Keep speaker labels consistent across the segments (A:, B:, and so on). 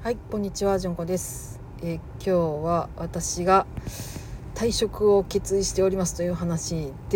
A: はい、こんにちは、じゅんこです。今日は私が退職を決意しておりますという話です。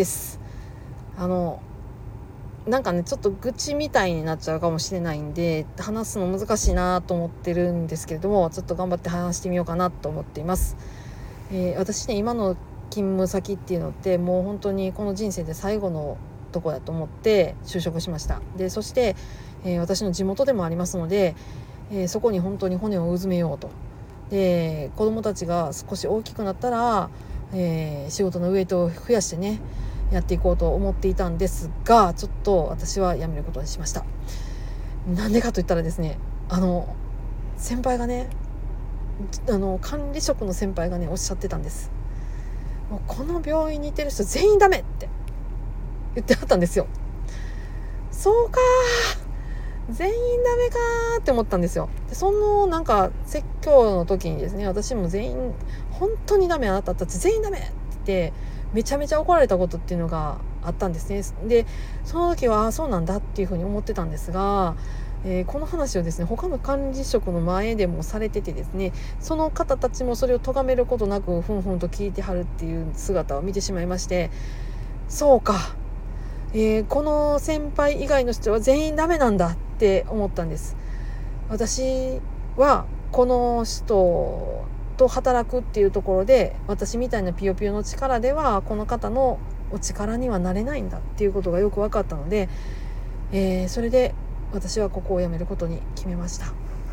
A: なんかね、ちょっと愚痴みたいになっちゃうかもしれないんで話すの難しいなと思ってるんですけれども、ちょっと頑張って話してみようかなと思っています。私ね、今の勤務先っていうのってもう本当にこの人生で最後のとこだと思って就職しました。でそして、私の地元でもありますので、そこに本当に骨をうずめようと。で子どもたちが少し大きくなったら、仕事のウエイトを増やしてねやっていこうと思っていたんですが、ちょっと私は辞めることにしました。なんでかといったらですね、先輩がね、管理職の先輩がねおっしゃってたんです。もうこの病院にいてる人全員ダメって言ってはったんですよ。そうか、全員ダメかって思ったんですよ。でそのなんか説教の時にですね、私も全員本当にダメ、あなたたち全員ダメって言ってめちゃめちゃ怒られたことっていうのがあったんですね。でその時はそうなんだっていうふうに思ってたんですが、この話をですね他の管理職の前でもされててですね、その方たちもそれを咎めることなくふんふんと聞いてはるっていう姿を見てしまいまして、そうか、この先輩以外の人は全員ダメなんだって思ったんです。私はこの人と働くっていうところで、私みたいなピヨピヨの力ではこの方のお力にはなれないんだっていうことがよく分かったので、それで私はここを辞めることに決めました。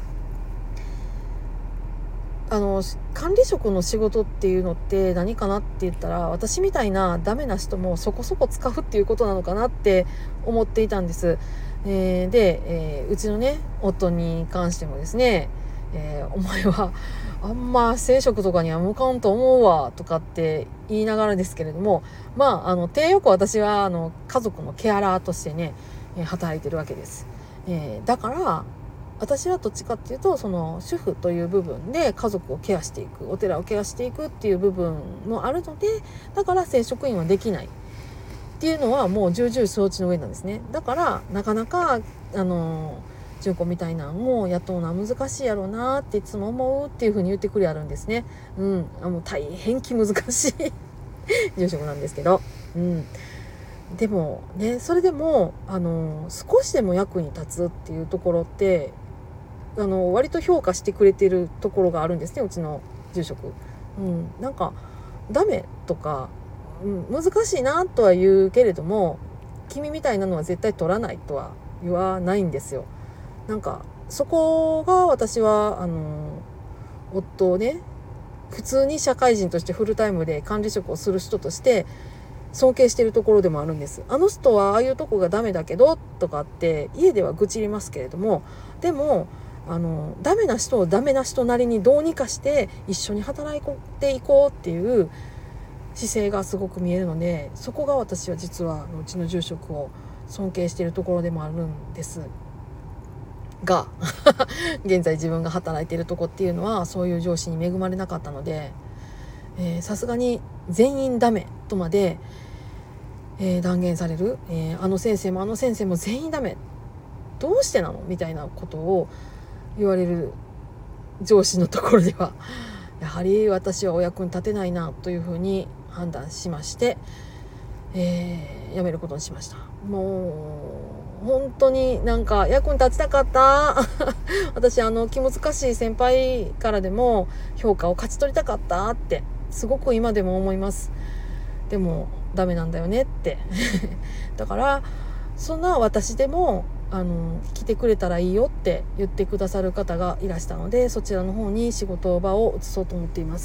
A: 管理職の仕事っていうのって何かなって言ったら、私みたいなダメな人もそこそこ使うっていうことなのかなって思っていたんです。で、うちのね夫に関してもですね、お前はあんま正職とかには向かんと思うわとかって言いながらですけれども、手よく私は家族のケアラーとしてね、働いてるわけです。だから私はどっちかっていうと、その主婦という部分で家族をケアしていく、お寺をケアしていくっていう部分もあるので、だから正職員はできないっていうのはもう重々承知の上なんですね。だからなかなか純子みたいなのを雇うのは難しいやろうなっていつも思うっていうふうに言ってくれあるんですね。もう大変気難しい住職なんですけど、でもね、それでも少しでも役に立つっていうところって割と評価してくれてるところがあるんですね、うちの住職。なんかダメとか、難しいなとは言うけれども、君みたいなのは絶対取らないとは言わないんですよ。なんかそこが私は夫をね、普通に社会人としてフルタイムで管理職をする人として尊敬しているところでもあるんです。あの人はああいうとこがダメだけどとかって家では愚痴りますけれども、でもダメな人をダメな人なりにどうにかして一緒に働いていこうっていう姿勢がすごく見えるので、そこが私は実はうちの住職を尊敬しているところでもあるんですが現在自分が働いているとこっていうのはそういう上司に恵まれなかったので、さすがに全員ダメとまで、断言される、あの先生もあの先生も全員ダメ、どうしてなのみたいなことを言われる上司のところではやはり私はお役に立てないなというふうに判断しまして、辞めることにしました。もう本当になんか役に立ちたかった私気難しい先輩からでも評価を勝ち取りたかったってすごく今でも思います。でもダメなんだよねってだからそんな私でも来てくれたらいいよって言ってくださる方がいらしたので、そちらの方に仕事場を移そうと思っています。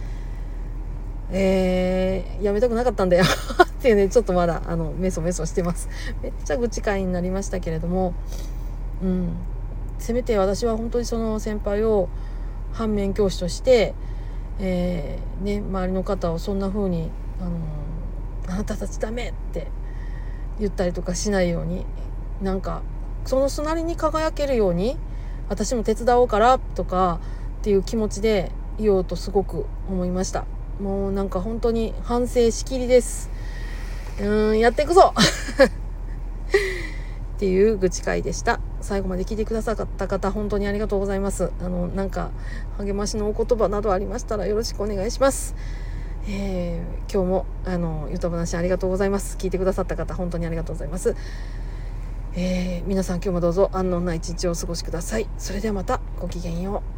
A: やめたくなかったんだよっていうね、ちょっとまだメソメソしてます。めっちゃ愚痴会になりましたけれども、せめて私は本当にその先輩を反面教師として、周りの方をそんな風にあなたたちダメって言ったりとかしないように、なんかその隣に輝けるように私も手伝おうからとかっていう気持ちで言おうとすごく思いました。もうなんか本当に反省しきりです。やっていくぞっていう愚痴会でした。 最後まで聞いてくださった方本当にありがとうございます。なんか励ましのお言葉などありましたらよろしくお願いします。今日もゆた話ありがとうございます。聞いてくださった方本当にありがとうございます。皆さん今日もどうぞ安穏な一日をお過ごしください。それではまた、ごきげんよう。